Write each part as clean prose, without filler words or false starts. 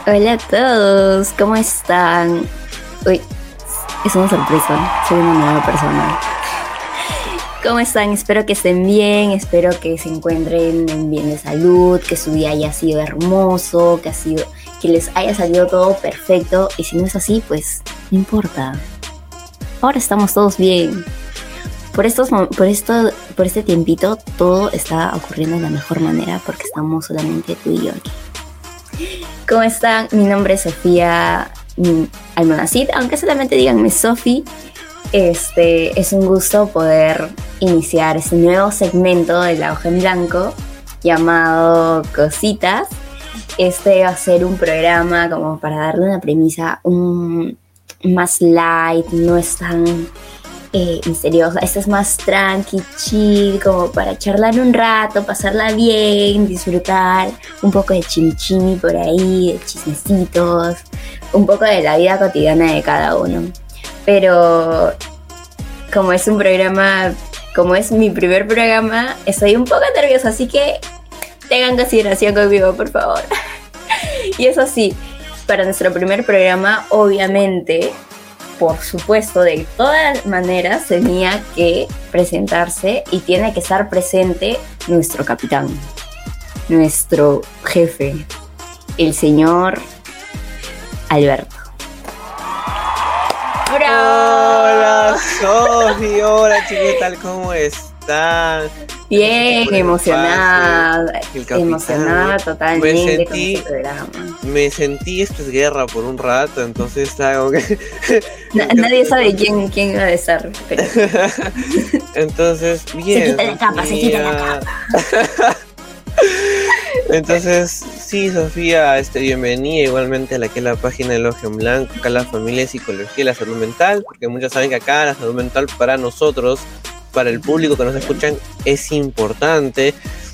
Hola a todos, ¿cómo están? Uy, es una sorpresa, soy una nueva persona. ¿Cómo están? Espero que estén bien, espero que se encuentren bien de salud, que su día haya sido hermoso, que les haya salido todo perfecto. Y si no es así, pues no importa. Ahora estamos todos bien. Por este tiempito todo está ocurriendo de la mejor manera porque estamos solamente tú y yo aquí. ¿Cómo están? Mi nombre es Sofía Almonacid, aunque solamente díganme Sofi. Es un gusto poder iniciar este nuevo segmento de La Hoja en Blanco llamado Cositas. Este va a ser un programa como para darle una premisa más light, no es tan misteriosa. Este es más tranqui, chill, como para charlar un rato, pasarla bien, disfrutar un poco de chimichimi por ahí, de chismecitos, un poco de la vida cotidiana de cada uno. Pero como es mi primer programa, estoy un poco nerviosa, así que tengan consideración conmigo, por favor. Y eso sí, para nuestro primer programa, obviamente, por supuesto, de todas maneras tenía que presentarse y tiene que estar presente nuestro capitán, nuestro jefe, el señor Alberto. Hola Sofi, hola chicos, ¿qué tal? ¿Cómo están? Bien, emocionada totalmente con este programa. Me sentí esto es guerra por un rato, entonces estaba como que... Nadie sabe quién va a estar. Pero... Entonces, bien. Se quita la capa. Entonces, sí, Sofía, bienvenida igualmente a la página de La Hoja en Blanco, acá la familia, psicología y la salud mental, porque muchos saben que acá la salud mental para nosotros, para el público que nos escuchan, es importante,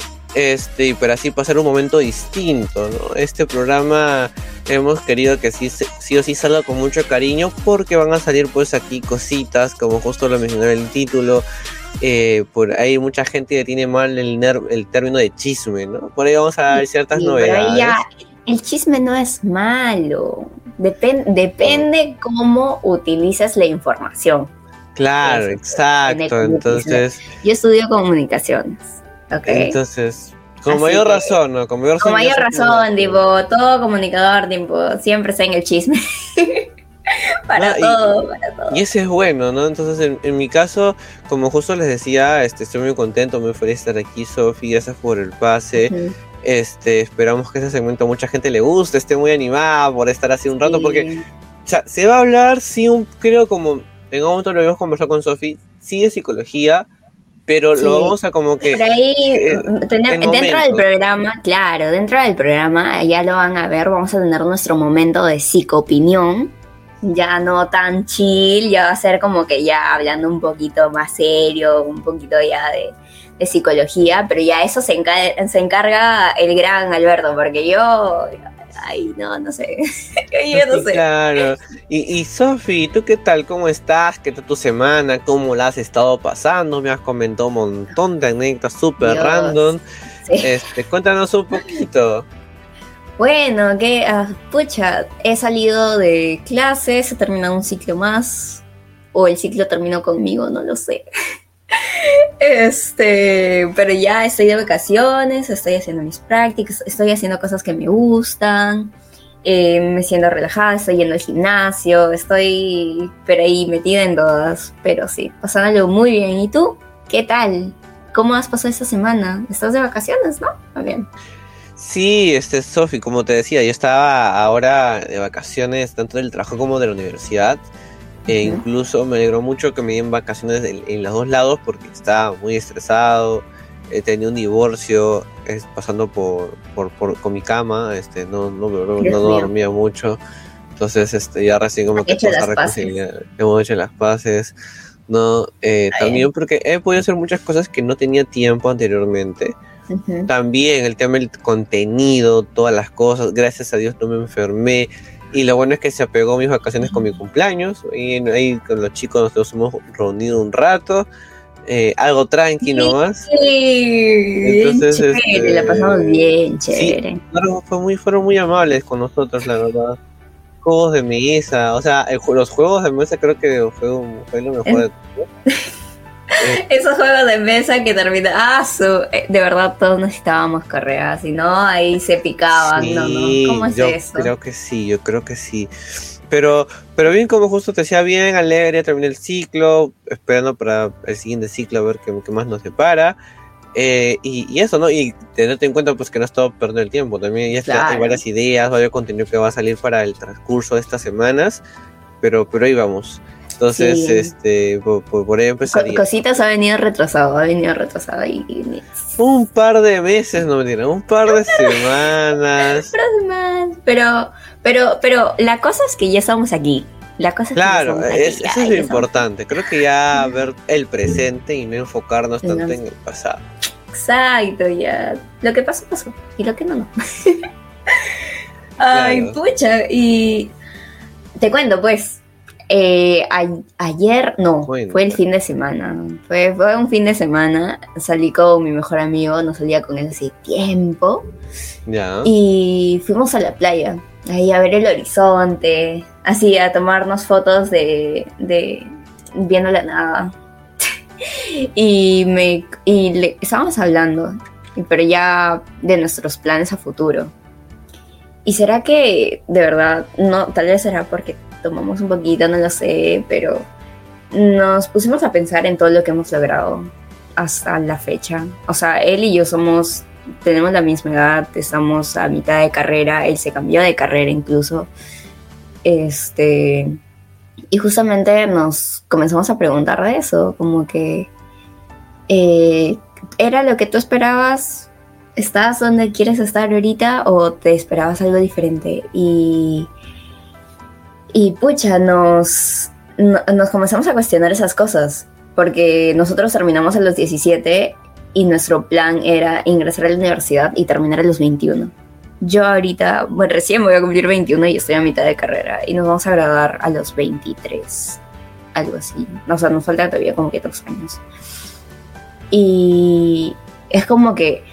y para así pasar un momento distinto, ¿no? Este programa hemos querido que sí o sí salga con mucho cariño, porque van a salir pues aquí cositas, como justo lo mencionó el título. Por ahí mucha gente que tiene mal el término de chisme, ¿no? Por ahí vamos a dar ciertas novedades. Pero ya, el chisme no es malo. Depende cómo utilizas la información. Claro, exacto. Entonces, yo estudio comunicaciones. Okay. Entonces, con mayor razón, ¿no? Con mayor razón, tipo, todo comunicador, tipo, siempre está en el chisme. Para todo. Y ese es bueno, ¿no? Entonces, en mi caso, como justo les decía, estoy muy contento, muy feliz de estar aquí, Sofi, gracias por el pase. Uh-huh. Esperamos que ese segmento a mucha gente le guste, esté muy animada por estar así un rato, sí. Porque, o sea, se va a hablar, sí, creo como en un momento lo habíamos conversado con Sofi, sí de psicología, pero sí. Lo vamos a como que... Por ahí, dentro del programa, ya lo van a ver, vamos a tener nuestro momento de psicoopinión, ya no tan chill, ya va a ser como que ya hablando un poquito más serio, un poquito ya de psicología, pero ya eso se encarga el gran Alberto, porque yo... Ay, no sé. Yo no sé. Claro. Y Sofi, ¿tú qué tal? ¿Cómo estás? ¿Qué tal tu semana? ¿Cómo la has estado pasando? Me has comentado un montón de anécdotas súper random. Sí. Cuéntanos un poquito. Bueno, he salido de clases, he terminado un ciclo más, o el ciclo terminó conmigo, no lo sé. Pero ya estoy de vacaciones, estoy haciendo mis prácticas, estoy haciendo cosas que me gustan, me siento relajada, estoy yendo al gimnasio, estoy pero ahí metida en todas, pero sí, pasándolo muy bien. ¿Y tú? ¿Qué tal? ¿Cómo has pasado esta semana? ¿Estás de vacaciones, no? Muy bien. Sí, Sofi, como te decía, yo estaba ahora de vacaciones tanto del trabajo como de la universidad. Incluso me alegró mucho que me dieran vacaciones en los dos lados porque estaba muy estresado, tenía un divorcio, pasando con mi cama, no dormía mucho, entonces ya recién como que hemos hecho las paces, ¿no? También porque he podido hacer muchas cosas que no tenía tiempo anteriormente. Uh-huh. También el tema del contenido, todas las cosas, gracias a Dios no me enfermé. Y lo bueno es que se apegó mis vacaciones con mi cumpleaños. Y ahí con los chicos nos hemos reunido un rato. algo tranqui nomás. Sí, Entonces, chévere, la pasamos bien, chévere. Sí, claro, fueron muy amables con nosotros, la verdad. Juegos de mesa, o sea, los juegos de mesa creo que fue lo mejor de todo. Esos juegos de mesa que terminan, de verdad todos necesitábamos correas, si no ahí se picaban, Sí, no, ¿cómo es yo eso? creo que sí. Pero bien, como justo te decía, bien alegre, ya terminé el ciclo, esperando para el siguiente ciclo a ver qué más nos depara. Y eso, ¿no? Y tenerte en cuenta pues que no has estado perdiendo el tiempo. También ya hay varias ideas, varios contenido que va a salir para el transcurso de estas semanas, pero ahí vamos. Entonces, sí. Por ahí empezaría. Cositas ha venido retrasado y... Un par de meses, no me dirán, un par de semanas. Pero la cosa es que ya estamos aquí. La cosa es claro, que ya estamos aquí, eso es lo importante. Creo que ya ver el presente y no enfocarnos tanto en el pasado. Exacto, ya. Lo que pasó, pasó. Y lo que no. Ay, claro. Pucha. Y te cuento, pues. Ayer, no, bueno, fue el fin de semana. Fue un fin de semana. Salí con mi mejor amigo, no salía con él hace tiempo. Ya. Y fuimos a la playa, ahí a ver el horizonte, así a tomarnos fotos de viendo la nada. y estábamos hablando, pero ya de nuestros planes a futuro. ¿Y será que de verdad, no, tal vez será porque tomamos un poquito, no lo sé, pero nos pusimos a pensar en todo lo que hemos logrado hasta la fecha? O sea, él y yo tenemos la misma edad, estamos a mitad de carrera, él se cambió de carrera incluso. Y justamente nos comenzamos a preguntar de eso, como que ¿era lo que tú esperabas? ¿Estás donde quieres estar ahorita o te esperabas algo diferente? Y pucha, nos comenzamos a cuestionar esas cosas, porque nosotros terminamos a los 17 y nuestro plan era ingresar a la universidad y terminar a los 21. Yo ahorita, bueno, recién voy a cumplir 21 y estoy a mitad de carrera y nos vamos a graduar a los 23, algo así. O sea, nos falta todavía como que 2 años. Y es como que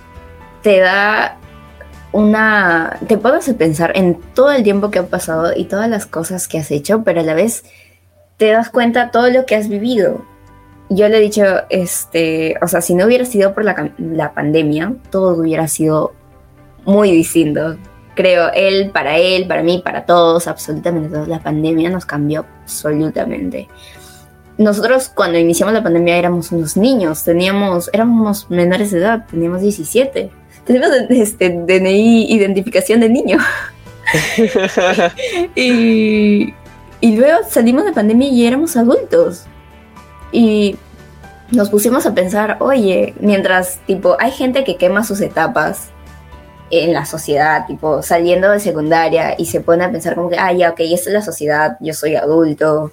te pones a pensar en todo el tiempo que ha pasado y todas las cosas que has hecho, pero a la vez te das cuenta todo lo que has vivido. Yo le he dicho, o sea, si no hubiera sido por la pandemia, todo hubiera sido muy distinto. Creo, para mí, para todos, absolutamente todos, la pandemia nos cambió absolutamente. Nosotros cuando iniciamos la pandemia éramos unos niños, éramos menores de edad, teníamos 17. Tenemos DNI, identificación de niño. y luego salimos de pandemia y éramos adultos. Y nos pusimos a pensar, oye, mientras hay gente que quema sus etapas en la sociedad, saliendo de secundaria y se pone a pensar como que, ya, ok, esta es la sociedad, yo soy adulto.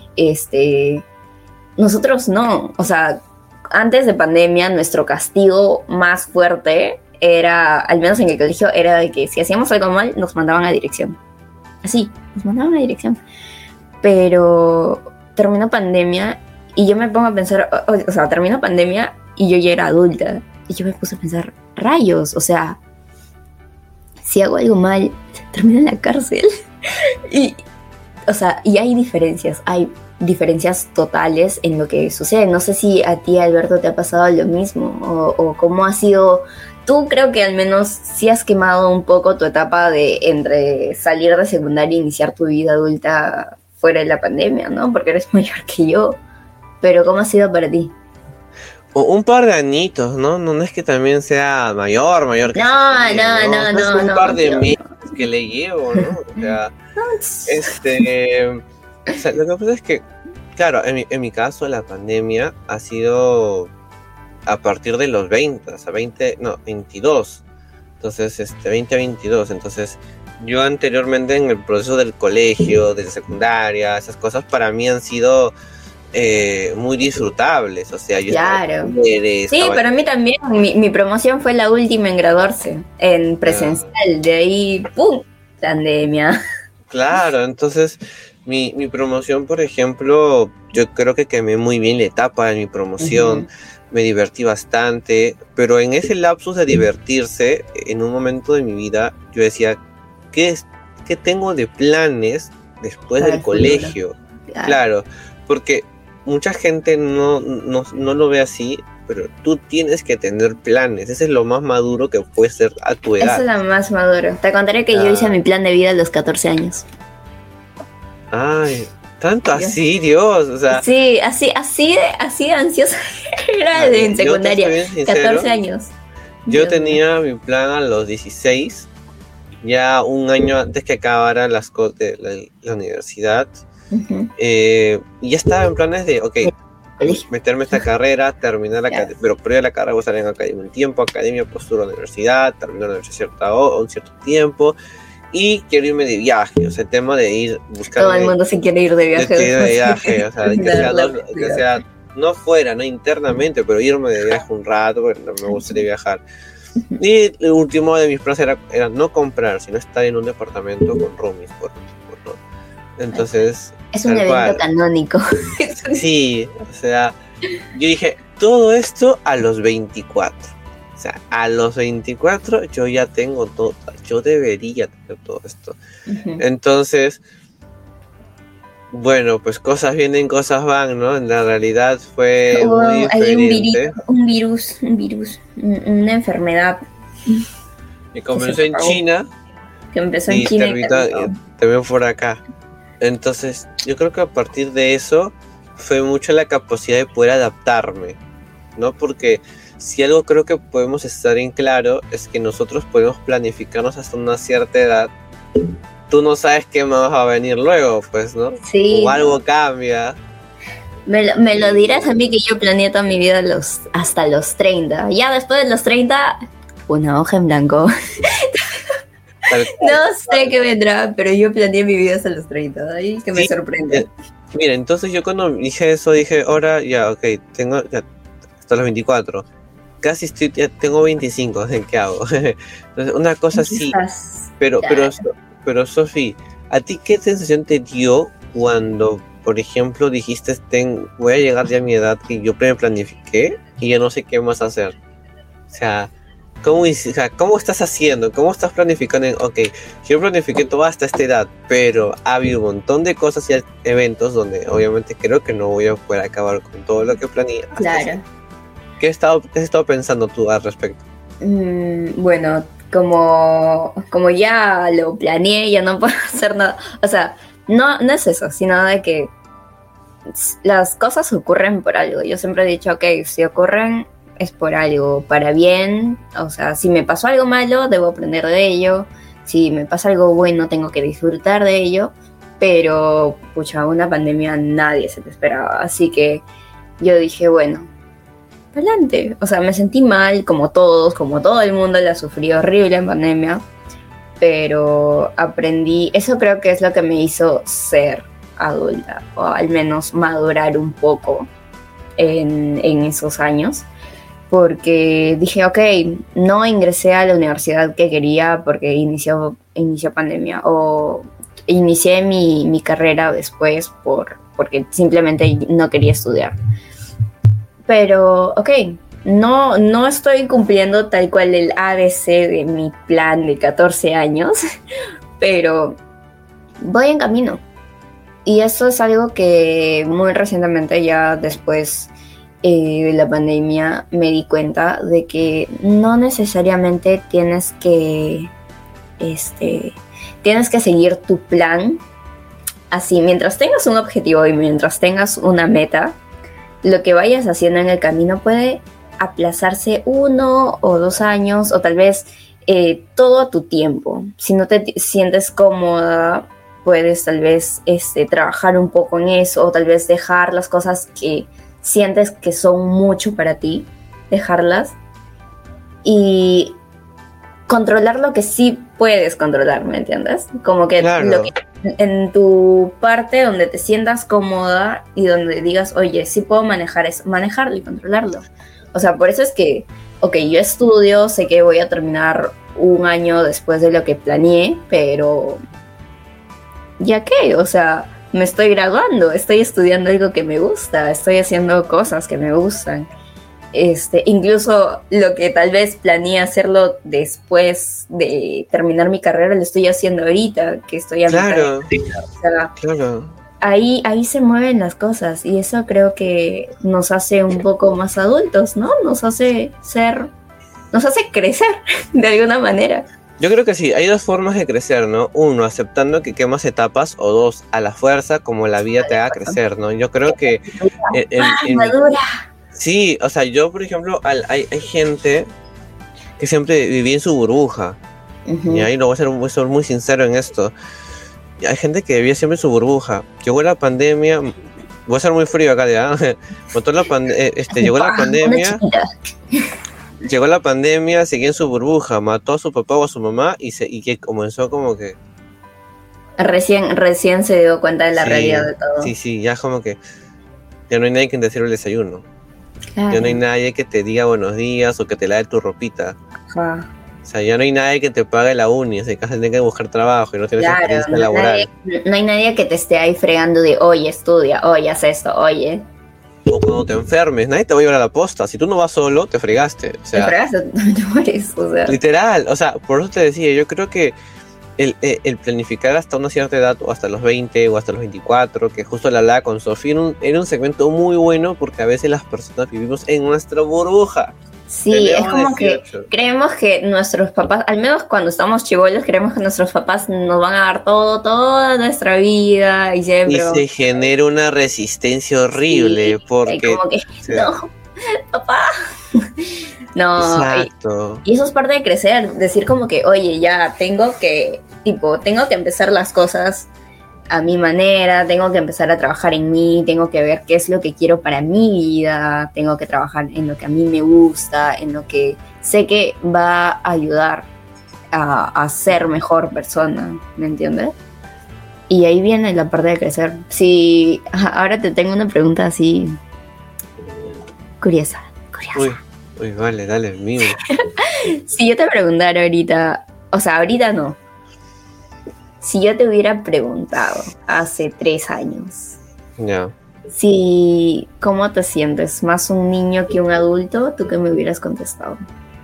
Nosotros no. O sea, antes de pandemia, nuestro castigo más fuerte era, al menos en el colegio, era de que si hacíamos algo mal, nos mandaban a dirección. Así, nos mandaban a dirección. Pero terminó pandemia y yo me pongo a pensar, o sea, terminó pandemia y yo ya era adulta. Y yo me puse a pensar, rayos, o sea, si hago algo mal, termino en la cárcel. Y hay diferencias totales en lo que sucede. No sé si a ti, Alberto, te ha pasado lo mismo o cómo ha sido. Tú creo que al menos sí has quemado un poco tu etapa de entre salir de secundaria e iniciar tu vida adulta fuera de la pandemia, ¿no? Porque eres mayor que yo. Pero ¿cómo ha sido para ti? Un par de añitos, ¿no? No es que también sea mayor que No. Es un par de meses que le llevo, ¿no? O sea, o sea, lo que pasa es que, claro, en mi caso la pandemia ha sido a partir de los 20, o sea, 22. Entonces, 20 a 22. Entonces, yo anteriormente en el proceso del colegio, de la secundaria, esas cosas para mí han sido muy disfrutables. O sea, yo claro. Para mí también. Mi promoción fue la última en graduarse, en presencial. De ahí, ¡pum! Pandemia. Claro, entonces mi promoción, por ejemplo, yo creo que quemé muy bien la etapa de mi promoción, me divertí bastante, pero en ese lapsus de divertirse, en un momento de mi vida, yo decía, ¿qué tengo de planes después del colegio? Claro, porque mucha gente no lo ve así, pero tú tienes que tener planes. Ese es lo más maduro que puedes ser a tu edad. Eso es lo más maduro. Te contaré que yo hice mi plan de vida a los 14 años. Ay, tanto así, Dios. O sea, sí, así de ansiosa era en secundaria. 14 años. Yo tenía mi plan a los 16, ya un año antes que acabara las cosas de la universidad. Y ya estaba en planes de, meterme a esta carrera, terminar la academia, pero previo a la carrera voy a estar en academia un tiempo, academia, postura a la universidad, terminar la universidad un cierto tiempo, y quiero irme de viaje, o sea, el tema de ir buscando... Todo el mundo se quiere ir de viaje. O sea, que sea, no fuera, no internamente, pero irme de viaje un rato, porque no me gustaría viajar. Y el último de mis planes era no comprar, sino estar en un departamento con roomies, entonces... Es un evento canónico. Sí, o sea, yo dije, todo esto a los 24. O sea, a los 24 yo ya tengo todo, yo debería tener todo esto. Entonces, bueno, pues cosas vienen, cosas van, ¿no? En la realidad fue muy diferente. Hay un virus, una enfermedad. Y comenzó en China. Que empezó en China y también por acá. Entonces, yo creo que a partir de eso fue mucho la capacidad de poder adaptarme, ¿no? Porque si algo creo que podemos estar en claro es que nosotros podemos planificarnos hasta una cierta edad. Tú no sabes qué más va a venir luego, pues, ¿no? Sí. O algo cambia. Me lo dirás a mí que yo planeé toda mi vida hasta los 30. Ya después de los 30, una hoja en blanco. No sé qué vendrá, pero yo planeé mi vida hasta los 30. Ahí que me sorprende. Mira, entonces yo cuando dije eso, dije, ahora ya, tengo ya, hasta los 24. Casi tengo 25, ¿qué hago? Entonces, una cosa así. Pero Sofi, ¿a ti qué sensación te dio cuando, por ejemplo, dijiste, voy a llegar ya a mi edad que yo planifiqué y ya no sé qué más hacer? O sea, ¿cómo estás haciendo? ¿Cómo estás planificando? Yo planifiqué todo hasta esta edad, pero ha habido un montón de cosas y eventos donde obviamente creo que no voy a poder acabar con todo lo que planeé. Claro. ¿Qué has estado pensando tú al respecto? Bueno, como ya lo planeé, ya no puedo hacer nada. O sea, no es eso, sino de que las cosas ocurren por algo. Yo siempre he dicho, si ocurren es por algo, para bien. O sea, si me pasó algo malo, debo aprender de ello. Si me pasa algo bueno, tengo que disfrutar de ello. Pero, una pandemia nadie se te esperaba. Así que yo dije, bueno, adelante. O sea, me sentí mal, como todo el mundo la sufrió horrible en pandemia. Pero aprendí, eso creo que es lo que me hizo ser adulta, o al menos madurar un poco en esos años. Porque dije, no ingresé a la universidad que quería porque inició pandemia, o inicié mi carrera después porque simplemente no quería estudiar. Pero, no estoy cumpliendo tal cual el ABC de mi plan de 14 años, pero voy en camino. Y eso es algo que muy recientemente, ya después de la pandemia, me di cuenta de que no necesariamente tienes que seguir tu plan así. Mientras tengas un objetivo y mientras tengas una meta, lo que vayas haciendo en el camino puede aplazarse 1 o 2 años, o tal vez todo a tu tiempo. Si no te sientes cómoda, puedes tal vez trabajar un poco en eso, o tal vez dejar las cosas que sientes que son mucho para ti, dejarlas y controlar lo que sí puedes controlar, ¿me entiendes? Como que, claro, lo que en tu parte donde te sientas cómoda y donde digas, oye, sí puedo manejar eso, manejarlo y controlarlo. O sea, por eso es que, yo estudio, sé que voy a terminar un año después de lo que planeé, pero ¿ya qué? O sea, me estoy graduando, estoy estudiando algo que me gusta, estoy haciendo cosas que me gustan. Incluso lo que tal vez planeé hacerlo después de terminar mi carrera, lo estoy haciendo ahorita, que estoy a Claro, mitad. O sea, claro. ahí se mueven las cosas y eso creo que nos hace un poco más adultos, ¿no? Nos hace crecer de alguna manera. Yo creo que sí, hay dos formas de crecer, ¿no? Uno, aceptando que quemas etapas, o dos, a la fuerza, como la vida te haga crecer, ¿no? Yo creo que... Madura. Sí, o sea, yo, por ejemplo, hay gente que siempre vivía en su burbuja, y ahí voy a ser muy sincero en esto. Hay gente que vivía siempre en su burbuja. Llegó la pandemia, voy a ser muy frío acá, ¿ya? Llegó la pandemia... Llegó la pandemia, seguía en su burbuja, mató a su papá o a su mamá y que comenzó como que... Recién se dio cuenta de la realidad de todo. Sí, ya como que ya no hay nadie que te sirva el desayuno. Claro. Ya no hay nadie que te diga buenos días o que te lave tu ropita. Ajá. O sea, ya no hay nadie que te pague la uni, o sea, que tienes que buscar trabajo y no tienes experiencia laboral. No hay nadie que te esté ahí fregando de, oye, estudia, oye, haz esto, oye. O cuando te enfermes, nadie te va a llevar a la posta. Si tú no vas solo, te fregaste. O sea, te fregaste, te mueres, o sea. Literal, o sea, por eso te decía, yo creo que el planificar hasta una cierta edad, o hasta los 20 o hasta los 24, que justo la hablaba con Sofía, era un segmento muy bueno porque a veces las personas vivimos en nuestra burbuja. Sí, es como 18. Que creemos que nuestros papás, al menos cuando estamos chibolos, creemos que nuestros papás nos van a dar toda nuestra vida y siempre. Y se genera una resistencia horrible, sí, porque... Como que, no, papá. No, exacto. Y eso es parte de crecer, decir como que, oye, ya tengo que empezar las cosas a mi manera, tengo que empezar a trabajar en mí, tengo que ver qué es lo que quiero para mi vida, tengo que trabajar en lo que a mí me gusta, en lo que sé que va a ayudar a ser mejor persona, ¿me entiendes? Y ahí viene la parte de crecer. Sí, ahora te tengo una pregunta así curiosa. Uy, vale, dale, mío. Si yo te preguntara ahorita, o sea, ahorita no. Si yo te hubiera preguntado hace 3 años, ya. Si, ¿cómo te sientes? ¿Más un niño que un adulto? ¿Tú qué me hubieras contestado?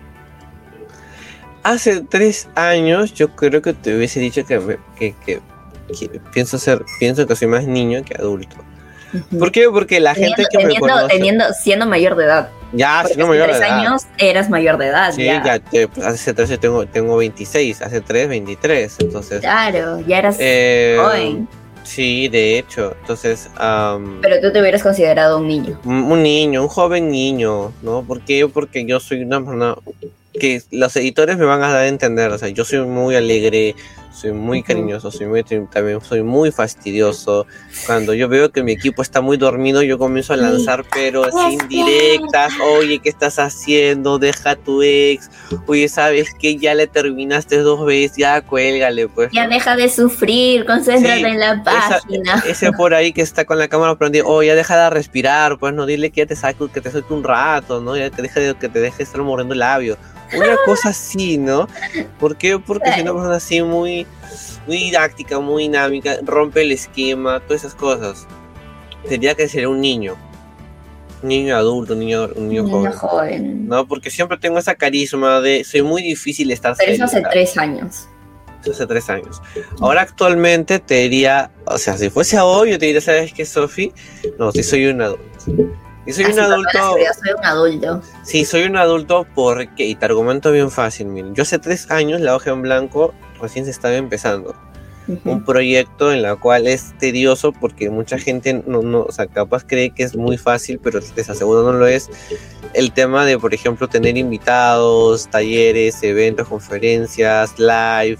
Hace 3 años yo creo que te hubiese dicho que pienso que soy más niño que adulto. Uh-huh. ¿Por qué? Porque la gente que me conoce... Siendo mayor de edad. Ya, siendo mayor de edad. Hace 3 años eras mayor de edad. Sí, ya hace 3 yo tengo 26, hace 3, 23, entonces... Claro, ya eras joven. Sí, de hecho, entonces... Pero tú te hubieras considerado un niño. Un joven niño, ¿no? ¿Por qué? Porque yo soy una persona que los editores me van a dar a entender, o sea, yo soy muy alegre, soy muy cariñoso, también soy muy fastidioso. Cuando yo veo que mi equipo está muy dormido, yo comienzo a lanzar pero indirectas. Oye, ¿qué estás haciendo? Deja a tu ex. Oye, ¿sabes qué? Ya le terminaste 2 veces, ya cuélgale, pues. Ya deja de sufrir, concéntrate en la página. Ese por ahí que está con la cámara prendida, ya deja de respirar, pues no, dile que ya te saque un rato, ¿no? Ya que te deje estar mordiendo el labio. Una cosa así, ¿no? ¿Por qué? Porque si una persona así muy didáctica, muy dinámica, rompe el esquema, todas esas cosas. Tendría que ser un niño adulto, un niño joven. No, porque siempre tengo esa carisma de soy muy difícil estar serio. Pero eso hace 3 años. Eso hace 3 años. Ahora actualmente te diría, o sea, si fuese a hoy, yo te diría, ¿sabes qué, Sofi? No, sí soy un adulto. Y soy un adulto. Soy un adulto. Sí, soy un adulto porque, y te argumento bien fácil, miren, yo hace 3 años la hoja en blanco recién se estaba empezando. Uh-huh. Un proyecto en la cual es tedioso porque mucha gente no, o sea, capaz cree que es muy fácil, pero les aseguro no lo es. El tema de, por ejemplo, tener invitados, talleres, eventos, conferencias, live,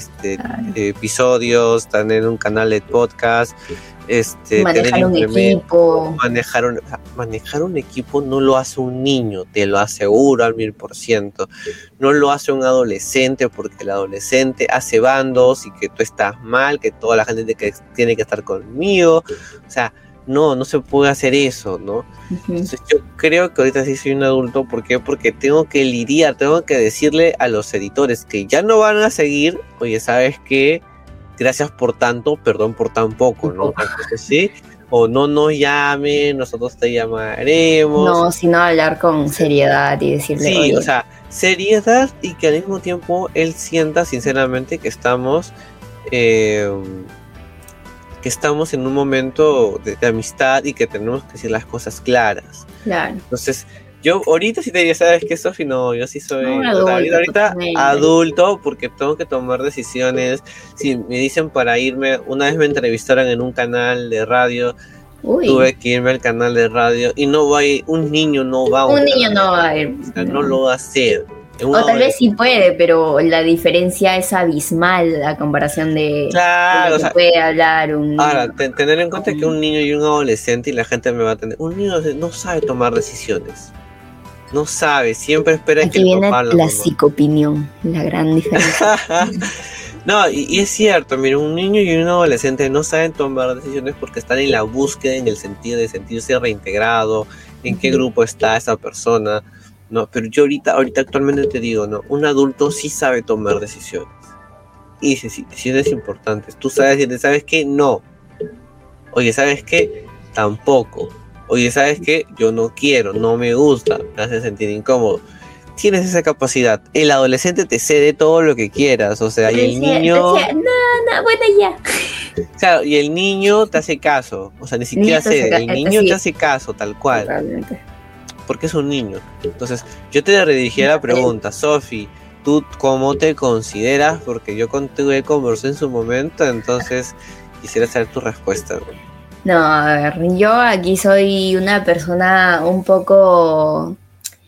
episodios, tener un canal de podcast, manejar un equipo. Manejar un equipo no lo hace un niño, te lo aseguro al 1000%. No lo hace un adolescente, porque el adolescente hace bandos y que tú estás mal, que toda la gente tiene que estar conmigo. O sea, no se puede hacer eso, ¿no? Uh-huh. Entonces yo creo que ahorita sí soy un adulto. ¿Por qué? Porque tengo que lidiar, tengo que decirle a los editores que ya no van a seguir, oye, ¿sabes qué? gracias por tanto, perdón por tan poco, ¿no? Entonces, sí, o no nos llamen, nosotros te llamaremos. No, sino hablar con seriedad y decirle, Sí, oye, o sea, seriedad y que al mismo tiempo él sienta sinceramente que estamos en un momento de amistad y que tenemos que decir las cosas claras. claro. Entonces, yo ahorita sí te diría, ¿sabes qué, Sofi? No, yo sí soy Un adulto, ahorita totalmente. adulto porque tengo que tomar decisiones. Si me dicen para irme, una vez me entrevistaron en un canal de radio, Uy, tuve que irme al canal de radio y no va a ir, un niño no va a un un niño canal no de va a radio, ir. o sea, no No. lo va a hacer. O tal vez sí puede, pero la diferencia es abismal a comparación de Claro, lo o que sea, puede hablar un ahora, niño. tener en cuenta que un niño y un adolescente y la gente me va a tener, un niño no sabe tomar decisiones, no sabe, siempre espera que Aquí el viene papá la la mamá. psicopinión, la gran diferencia. No, y es cierto, mira, un niño y un adolescente no saben tomar decisiones porque están en la búsqueda, en el sentido de sentirse reintegrado, en qué grupo está esa persona, no, pero yo ahorita actualmente te digo, no, un adulto sí sabe tomar decisiones, y decisiones importantes, tú sabes, y ¿sabes qué? No, oye, ¿sabes qué? Tampoco, oye, ¿sabes qué? Yo no quiero, no me gusta, me hace sentir incómodo. Tienes esa capacidad. El adolescente te cede todo lo que quieras, o sea, y el niño... no, bueno, ya. Claro, y el niño te hace caso, o sea, ni siquiera cede, el niño te hace caso, tal cual. Totalmente. Porque es un niño. Entonces, yo te redirigí la pregunta, Sofi, ¿tú cómo te consideras? Porque yo contigo conversé en su momento, entonces quisiera saber tu respuesta. No, a ver, yo aquí soy una persona un poco...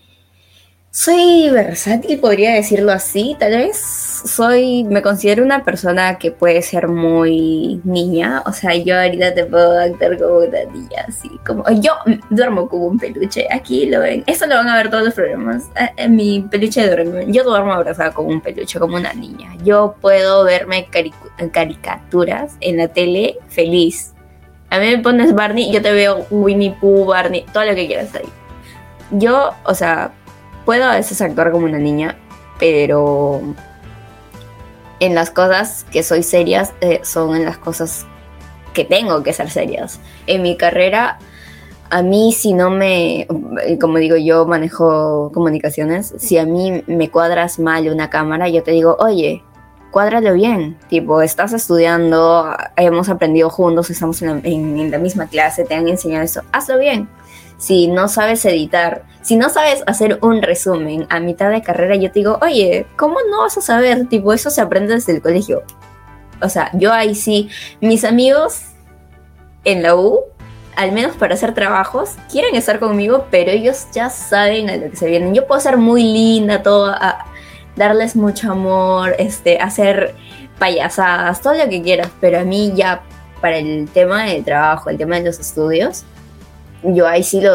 Soy versátil, podría decirlo así, tal vez. Me considero una persona que puede ser muy niña. O sea, yo ahorita te puedo actuar como una niña, así como... Yo duermo como un peluche, aquí lo ven. Eso lo van a ver todos los programas. En mi peluche duerme. Yo duermo abrazada como un peluche, como una niña. Yo puedo verme caricaturas en la tele feliz. A mí me pones Barney, yo te veo Winnie Pooh, Barney, todo lo que quieras ahí. Yo, o sea... Puedo a veces actuar como una niña, pero en las cosas que soy serias son en las cosas que tengo que ser serias. En mi carrera, a mí si no me... Como digo, yo manejo comunicaciones. Si a mí me cuadras mal una cámara, yo te digo, oye, cuádralo bien. Tipo, estás estudiando, hemos aprendido juntos, estamos en la misma clase, te han enseñado eso, hazlo bien. Si no sabes editar, si no sabes hacer un resumen a mitad de carrera, yo te digo, oye, ¿cómo no vas a saber? Tipo, eso se aprende desde el colegio. O sea, yo ahí sí, mis amigos en la U, al menos para hacer trabajos, quieren estar conmigo, pero ellos ya saben a lo que se vienen. Yo puedo ser muy linda, todo, darles mucho amor, hacer payasadas, todo lo que quieras, pero a mí ya para el tema del trabajo, el tema de los estudios, yo ahí sí,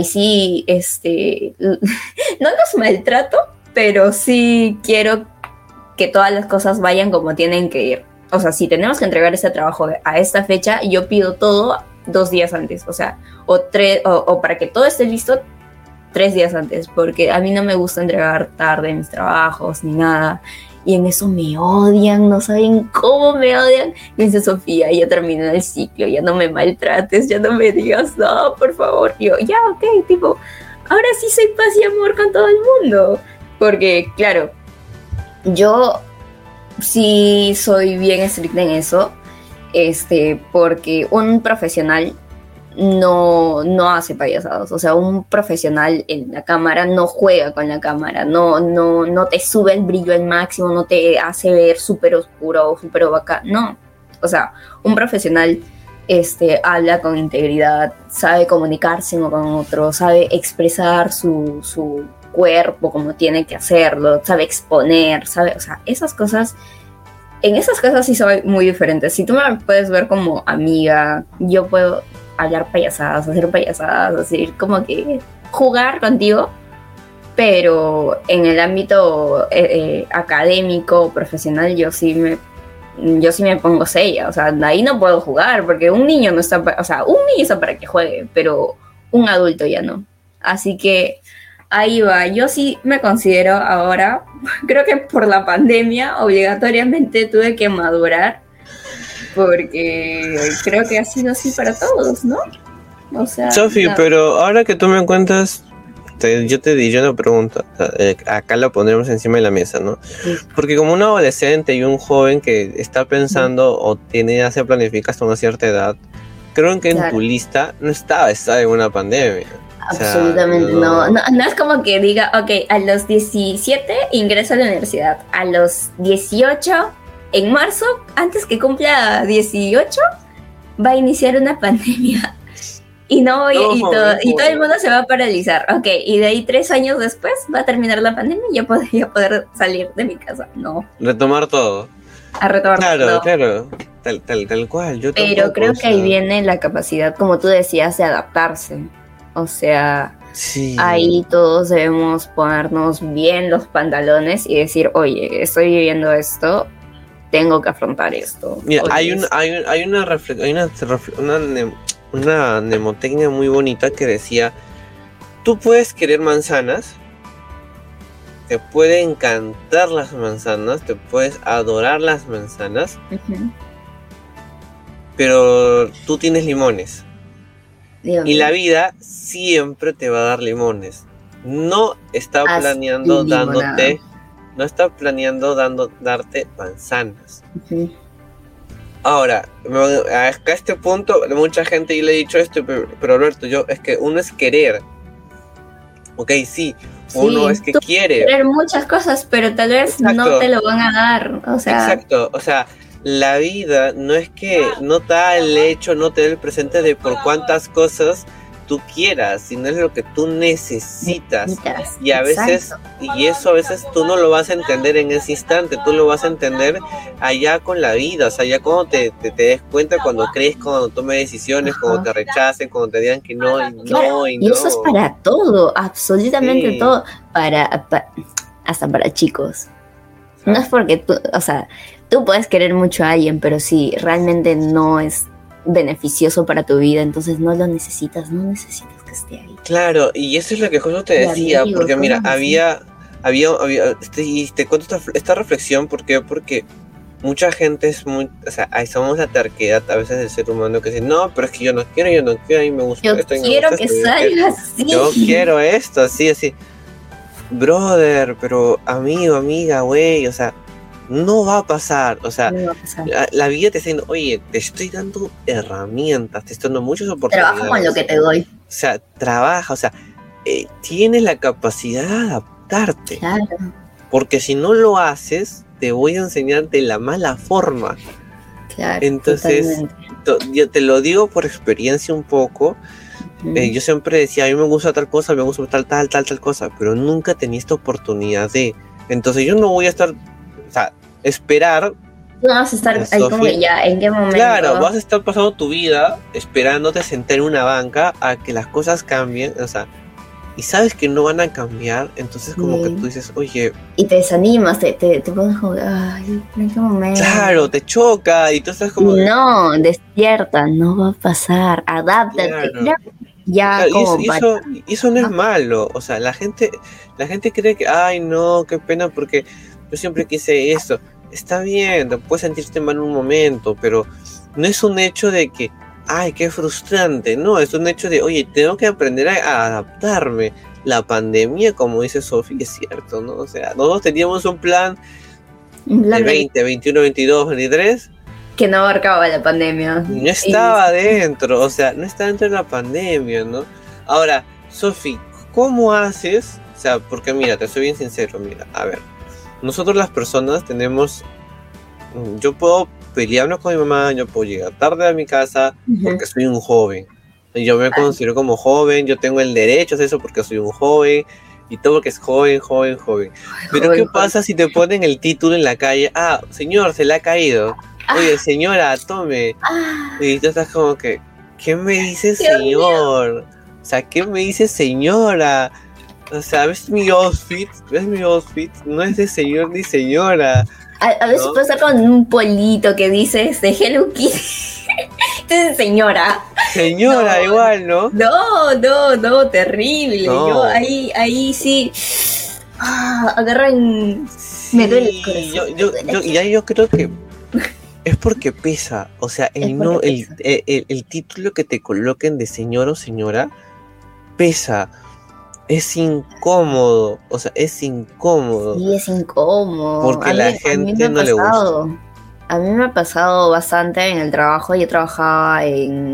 no los maltrato, pero sí quiero que todas las cosas vayan como tienen que ir. O sea, si tenemos que entregar este trabajo a esta fecha, yo pido todo 2 días antes, o sea, o para que todo esté listo 3 días antes, porque a mí no me gusta entregar tarde mis trabajos ni nada. Y en eso me odian, no saben cómo me odian. Me dice Sofía, ya terminé el ciclo, ya no me maltrates, ya no me digas nada, por favor. Y yo, ya, ok, tipo, ahora sí soy paz y amor con todo el mundo. Porque, claro, yo sí soy bien estricta en eso, porque un profesional no hace payasadas. O sea, un profesional en la cámara no juega con la cámara, no te sube el brillo al máximo, no te hace ver súper oscuro o súper bacán, no. O sea, un profesional habla con integridad, sabe comunicarse uno con otro, sabe expresar su cuerpo como tiene que hacerlo, sabe exponer, sabe, o sea, esas cosas. En esas cosas sí soy muy diferente. Si tú me puedes ver como amiga, yo puedo hablar payasadas, hacer payasadas, decir como que jugar contigo, pero en el ámbito académico, profesional, yo sí me pongo seria. O sea, ahí no puedo jugar, porque un niño no está, o sea, un niño está para que juegue, pero un adulto ya no. Así que ahí va, yo sí me considero ahora, creo que por la pandemia obligatoriamente tuve que madurar porque creo que ha sido así para todos, ¿no? O sea, Sofi, pero ahora que tú me cuentas, yo te diré una pregunta, acá la pondremos encima de la mesa, ¿no? Sí. Porque como un adolescente y un joven que está pensando o tiene hace planifica hasta una cierta edad, creo que en tu lista no estaba estar en una pandemia. Absolutamente, o sea, no es como que diga, ok, a los 17 ingreso a la universidad, a los 18, en marzo, antes que cumpla 18, va a iniciar una pandemia. Y todo el mundo se va a paralizar. Ok, y de ahí 3 años después va a terminar la pandemia y yo podría poder salir de mi casa. No. Retomar todo. A retomar todo. Claro. Tal cual. Pero creo que ahí viene la capacidad, como tú decías, de adaptarse. O sea, sí. Ahí todos debemos ponernos bien los pantalones y decir, oye, estoy viviendo esto, tengo que afrontar esto. Mira, hay una mnemotecnia muy bonita que decía, tú puedes querer manzanas, te pueden encantar las manzanas, te puedes adorar las manzanas, pero tú tienes limones. Dios y mío. La vida siempre te va a dar limones. No está planeando darte manzanas. Ahora, acá a este punto, mucha gente yo le he dicho esto, pero Alberto, es que uno es querer. Ok, sí, uno es que quiere. Querer muchas cosas, pero tal vez no te lo van a dar. O sea, exacto, o sea, la vida no es que no te da el hecho, no te da el presente de por cuántas cosas tú quieras, sino es lo que tú necesitas. Y a veces, y eso a veces tú no lo vas a entender en ese instante, tú lo vas a entender allá con la vida, o sea, ya cuando te des cuenta, cuando crezcas, cuando tomes decisiones, cuando te rechacen, cuando te digan que no, y eso es para todo, absolutamente todo, hasta para chicos. No es porque tú, o sea, tú puedes querer mucho a alguien, pero si realmente no es beneficioso para tu vida, entonces no necesitas que esté ahí. Claro, y eso es lo que justo te decía, porque mira, había y te cuento esta reflexión, porque mucha gente es muy, o sea, somos la terquedad a veces del ser humano que dice, no, pero es que yo no quiero, a mí me gusta esto. Yo quiero que salga así. Yo quiero esto, así. Brother, pero amigo, amiga, güey, o sea, no va a pasar, o sea, la vida te está diciendo, oye, te estoy dando herramientas, te estoy dando muchas oportunidades. Trabaja con lo que te doy. O sea, trabaja, o sea, tienes la capacidad de adaptarte. Claro. Porque si no lo haces, te voy a enseñar de la mala forma. Claro. Entonces, yo te lo digo por experiencia un poco. Yo siempre decía, a mí me gusta tal cosa, me gusta tal cosa, pero nunca tenía esta oportunidad de. Entonces yo no voy a estar, o sea, esperar. No vas a estar ahí Sofía, como que ya, ¿en qué momento? Claro, vas a estar pasando tu vida esperándote sentar en una banca a que las cosas cambien, o sea, y sabes que no van a cambiar, entonces como que tú dices, oye. Y te desanimas, te pones como, ay, ¿en qué momento? Claro, te choca y tú estás como. No, despierta, no va a pasar, adáptate. Claro. Ya, como eso no es malo, o sea, la gente cree que, ay, no, qué pena, porque yo siempre quise eso. Está bien, te puedes sentirte mal en un momento, pero no es un hecho de que, ay, qué frustrante, no, es un hecho de, oye, tengo que aprender a adaptarme. La pandemia, como dice Sofía, es cierto, ¿no? O sea, nosotros teníamos un plan de 20, 21, 22, 23... que no abarcaba la pandemia. No estaba dentro, o sea, no está dentro de la pandemia, ¿no? Ahora, Sofi, ¿cómo haces? O sea, porque mira, te soy bien sincero, mira, a ver, nosotros las personas tenemos, yo puedo pelearnos con mi mamá, yo puedo llegar tarde a mi casa porque soy un joven. Yo me considero como joven, yo tengo el derecho a hacer eso porque soy un joven, y todo porque es joven. Pero ¿qué pasa si te ponen el título en la calle? Ah, señor, se le ha caído. Oye, señora, tome. Y tú estás como que, ¿qué me dice señor? O sea, ¿qué me dice señora? O sea, ¿ves mi outfit? No es de señor ni señora. A veces puede estar con un polito que dice Hello Kitty. Entonces, señora. Señora, no, igual, ¿no? No, terrible. No. Yo ahí sí. Agarran. Me duele el corazón. Yo creo que. Es porque pesa, o sea, Es porque pesa. el título que te coloquen de señor o señora pesa, es incómodo, o sea, es incómodo, Sí, es incómodo. porque la A mí me gente ha no le gusta. pasado. A mí me ha pasado bastante en el trabajo. Yo trabajaba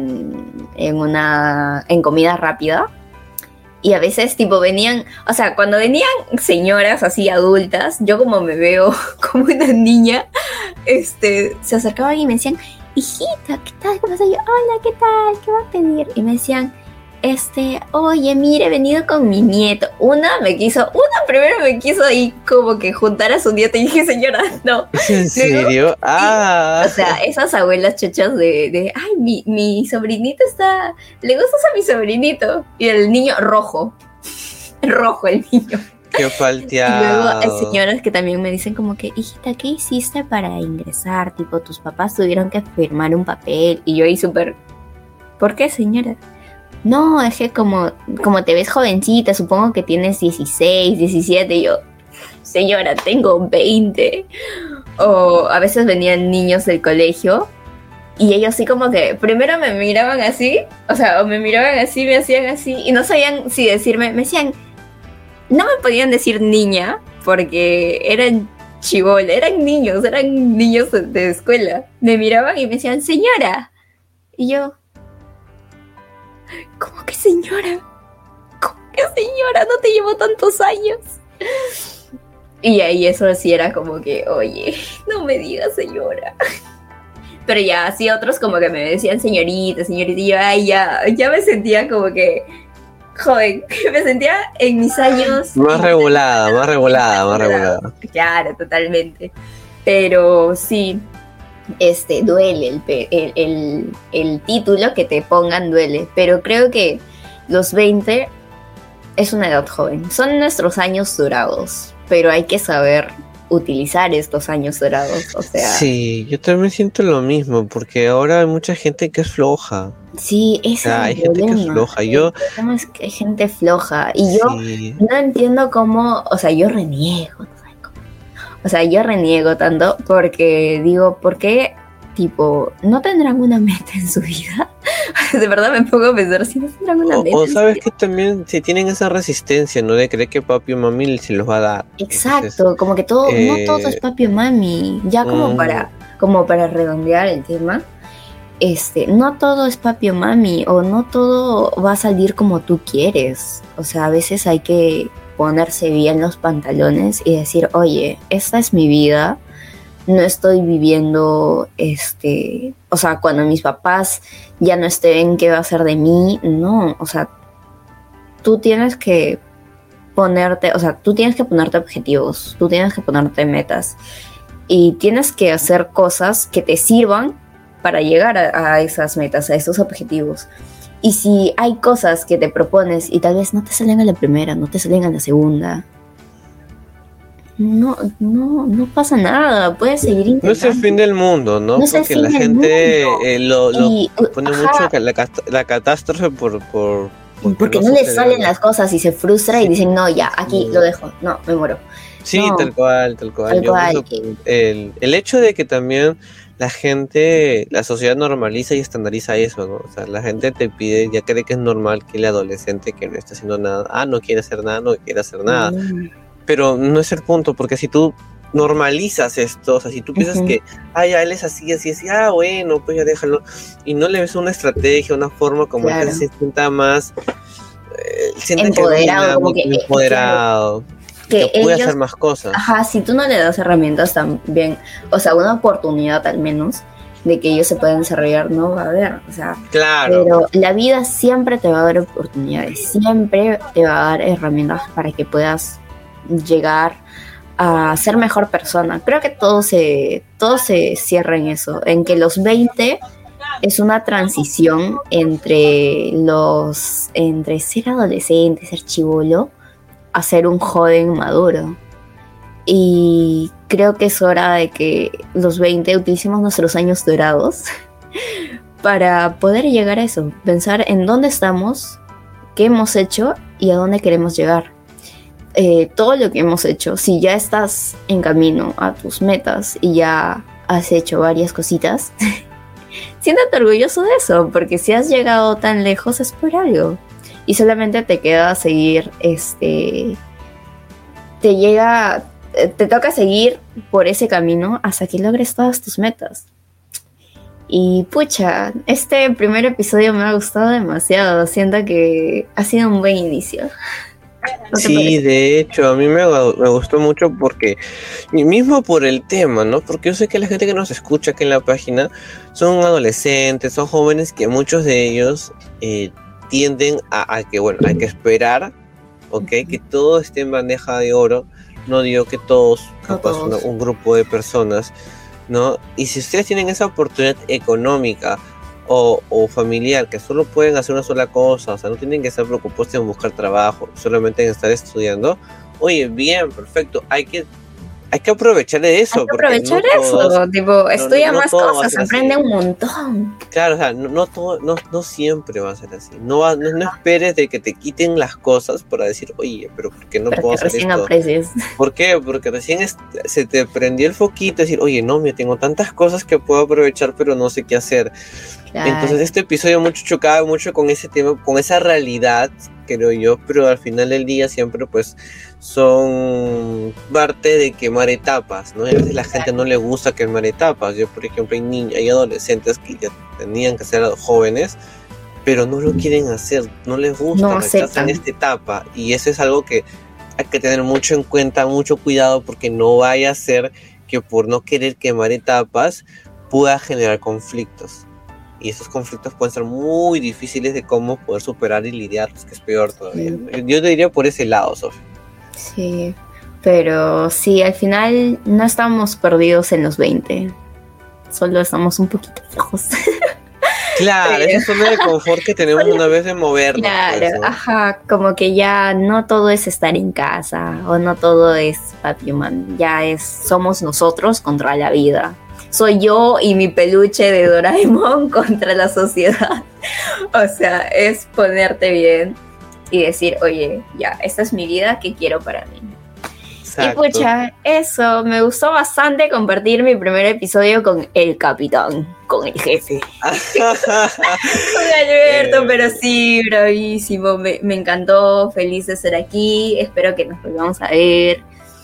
en comida rápida. Y a veces, tipo, venían, o sea, cuando venían señoras así adultas, yo como me veo como una niña, se acercaban y me decían, hijita, ¿qué tal? ¿Cómo estás? Yo, hola, ¿qué tal? ¿Qué va a pedir? Y me decían, oye, mire, he venido con mi nieto. Una primero me quiso ahí como que juntar a su nieto y dije, señora, no. ¿Es en Luego, serio? sí, Ah, o sea, esas abuelas chochas ay, mi sobrinito le gustas a mi sobrinito. Y el niño rojo, rojo el niño. qué Y luego hay falteado. señoras que también me dicen como que, hijita, ¿qué hiciste para ingresar? Tipo, tus papás tuvieron que firmar un papel. Y yo ahí súper, ¿por qué, señora? No, es que como te ves jovencita, supongo que tienes 16, 17. Y yo, señora, tengo 20. O a veces venían niños del colegio y ellos así como que primero me miraban así, o sea, o me miraban así, me hacían así y no sabían si decirme, me decían, no me podían decir niña porque eran eran niños de escuela. Me miraban y me decían, señora. Y yo, ¿cómo que señora? ¿Cómo que señora? No te llevo tantos años. Y ahí eso sí era como que, oye, no me digas señora. Pero ya, así otros como que me decían señorita, señorita, y yo, ay, ya me sentía como que joven, me sentía en mis años. Más regulada, más regulada, más regulada. Claro, totalmente. Pero sí, duele el título que te pongan duele, pero creo que los 20 es una edad joven. Son nuestros años dorados, pero hay que saber utilizar estos años dorados, o sea. Sí, yo también siento lo mismo, porque ahora hay mucha gente que es floja. Sí, ese O sea, es hay el gente que es problema. floja. El problema es que hay gente floja. Y yo Sí, no entiendo cómo, o sea, yo reniego, ¿no? O sea, yo reniego tanto porque digo, ¿por qué, tipo, no tendrán una meta en su vida? De verdad me pongo a pensar, si no tendrán una meta o en su sabes vida. que también si tienen esa resistencia, ¿no? De creer que papi o mami se los va a dar. Exacto, Entonces, como que no todo es papi o mami. Ya como para redondear el tema, no todo es papi o mami, o no todo va a salir como tú quieres. O sea, a veces hay que ponerse bien los pantalones y decir, oye, esta es mi vida, no estoy viviendo, o sea, cuando mis papás ya no estén, ¿qué va a ser de mí? No, o sea, tú tienes que tú tienes que ponerte objetivos, tú tienes que ponerte metas y tienes que hacer cosas que te sirvan para llegar a esas metas, a esos objetivos. Y si hay cosas que te propones y tal vez no te salen a la primera, no te salen a la segunda, no pasa nada, puedes seguir no es el intentando. fin del mundo, ¿no? No es el Porque fin la del gente mundo. lo Y, pone mucho ajá, que la catástrofe porque porque no no les sucede salen algo. las cosas y se frustra y Sí, dicen, no, ya, aquí lo no. dejo, no, me muero. Sí, No, tal cual, tal cual. tal Yo por cual. eso, el hecho de que también la gente, la sociedad normaliza y estandariza eso, ¿no? O sea, la gente te pide, ya cree que es normal que el adolescente que no está haciendo nada, no quiere hacer nada, no quiere hacer nada. Pero no es el punto, porque si tú normalizas esto, o sea, si tú piensas que, ya él es así, así, así, bueno, pues ya déjalo, y no le ves una estrategia, una forma como Claro. él se sienta más, sienta Empoderado, que como domina, que, empoderado, que que puede ellos, hacer más cosas. ajá, si tú no le das herramientas también, o sea, una oportunidad al menos de que ellos se puedan desarrollar, no va a haber, o sea, Claro. pero la vida siempre te va a dar oportunidades, siempre te va a dar herramientas para que puedas llegar a ser mejor persona. Creo que todo se cierra en eso, en que los 20 es una transición entre ser adolescente, ser chibolo, a ser un joven maduro. Y creo que es hora de que los 20 utilicemos nuestros años dorados para poder llegar a eso, pensar en dónde estamos, qué hemos hecho y a dónde queremos llegar. Todo lo que hemos hecho, si ya estás en camino a tus metas y ya has hecho varias cositas, siéntate orgulloso de eso, porque si has llegado tan lejos es por algo. Y solamente te queda seguir, te toca seguir por ese camino hasta que logres todas tus metas. Y pucha, este primer episodio me ha gustado demasiado. Siento que ha sido un buen inicio. ¿No Sí, de hecho, a mí me gustó mucho porque, mismo por el tema, ¿no? Porque yo sé que la gente que nos escucha aquí en la página son adolescentes, son jóvenes que muchos de ellos tienden a que, bueno, hay que esperar, ¿ok? Que todo esté en bandeja de oro. No digo que todos, capaz un grupo de personas, ¿no? Y si ustedes tienen esa oportunidad económica o familiar, que solo pueden hacer una sola cosa, o sea, no tienen que estar preocupados en buscar trabajo, solamente en estar estudiando, oye, bien, perfecto, hay que aprovechar de eso. Hay que aprovechar eso, tipo, estudia más cosas, aprende un montón. Claro, o sea, no siempre va a ser así. No esperes de que te quiten las cosas para decir, oye, pero ¿por qué no puedo hacer esto? Aprecies. ¿Por qué? Porque recién se te prendió el foquito, decir, oye, no, me tengo tantas cosas que puedo aprovechar, pero no sé qué hacer. Claro. Entonces este episodio chocaba mucho con ese tema, con esa realidad, creo yo, pero al final del día siempre pues son parte de quemar etapas, ¿no? Y a veces la gente no le gusta quemar etapas. Yo, por ejemplo, hay adolescentes que ya tenían que ser jóvenes, pero no lo quieren hacer, no les gusta, rechazan esta etapa, y eso es algo que hay que tener mucho en cuenta, mucho cuidado, porque no vaya a ser que por no querer quemar etapas pueda generar conflictos. Y esos conflictos pueden ser muy difíciles de cómo poder superar y lidiar, que es peor todavía. Sí. Yo te diría por ese lado, Sofía. Sí, pero sí, al final no estamos perdidos en los 20. Solo estamos un poquito lejos. Claro, esa zona de confort que tenemos una vez de movernos. Claro, pues, ¿no? Ajá, como que ya no todo es estar en casa, o no todo es papi man, somos nosotros contra la vida. Soy yo y mi peluche de Doraemon contra la sociedad. O sea, es ponerte bien y decir, oye, ya, esta es mi vida, ¿qué quiero para mí? Exacto. Y pucha, eso, me gustó bastante compartir mi primer episodio con el capitán, con el jefe. Con Alberto, pero sí, bravísimo, me encantó, feliz de estar aquí, espero que nos volvamos a ver.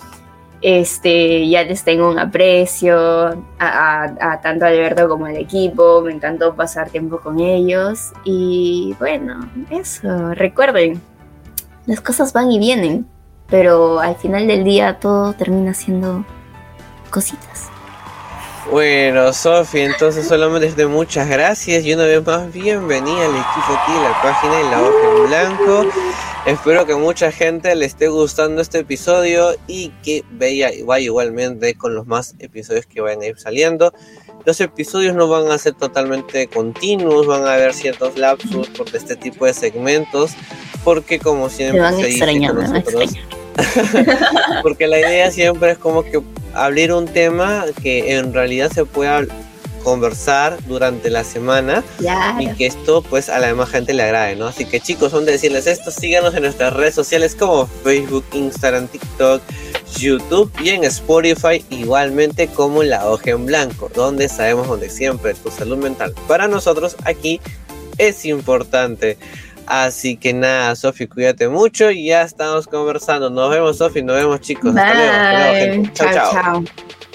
Ya les tengo un aprecio a tanto a Alberto como al equipo, me encantó pasar tiempo con ellos y bueno, eso, recuerden, las cosas van y vienen, pero al final del día todo termina siendo cositas. Bueno, Sofi, entonces solamente muchas gracias y una vez más bienvenida al equipo aquí de la página de La Hoja en Blanco. Espero que mucha gente le esté gustando este episodio y que vaya igualmente con los más episodios que vayan a ir saliendo. Los episodios no van a ser totalmente continuos, van a haber ciertos lapsus por este tipo de segmentos, porque como siempre se dice con nosotros, porque la idea siempre es como que abrir un tema que en realidad se pueda conversar durante la semana, claro, y que esto pues a la demás gente le agrade, ¿no? Así que chicos, son de decirles esto, síganos en nuestras redes sociales como Facebook, Instagram, TikTok, YouTube y en Spotify igualmente como La Hoja en Blanco, donde sabemos donde siempre tu salud mental para nosotros aquí es importante. Así que nada, Sofi, cuídate mucho y ya estamos conversando. Nos vemos, Sofi, nos vemos, chicos. Bye. Hasta luego. Chao.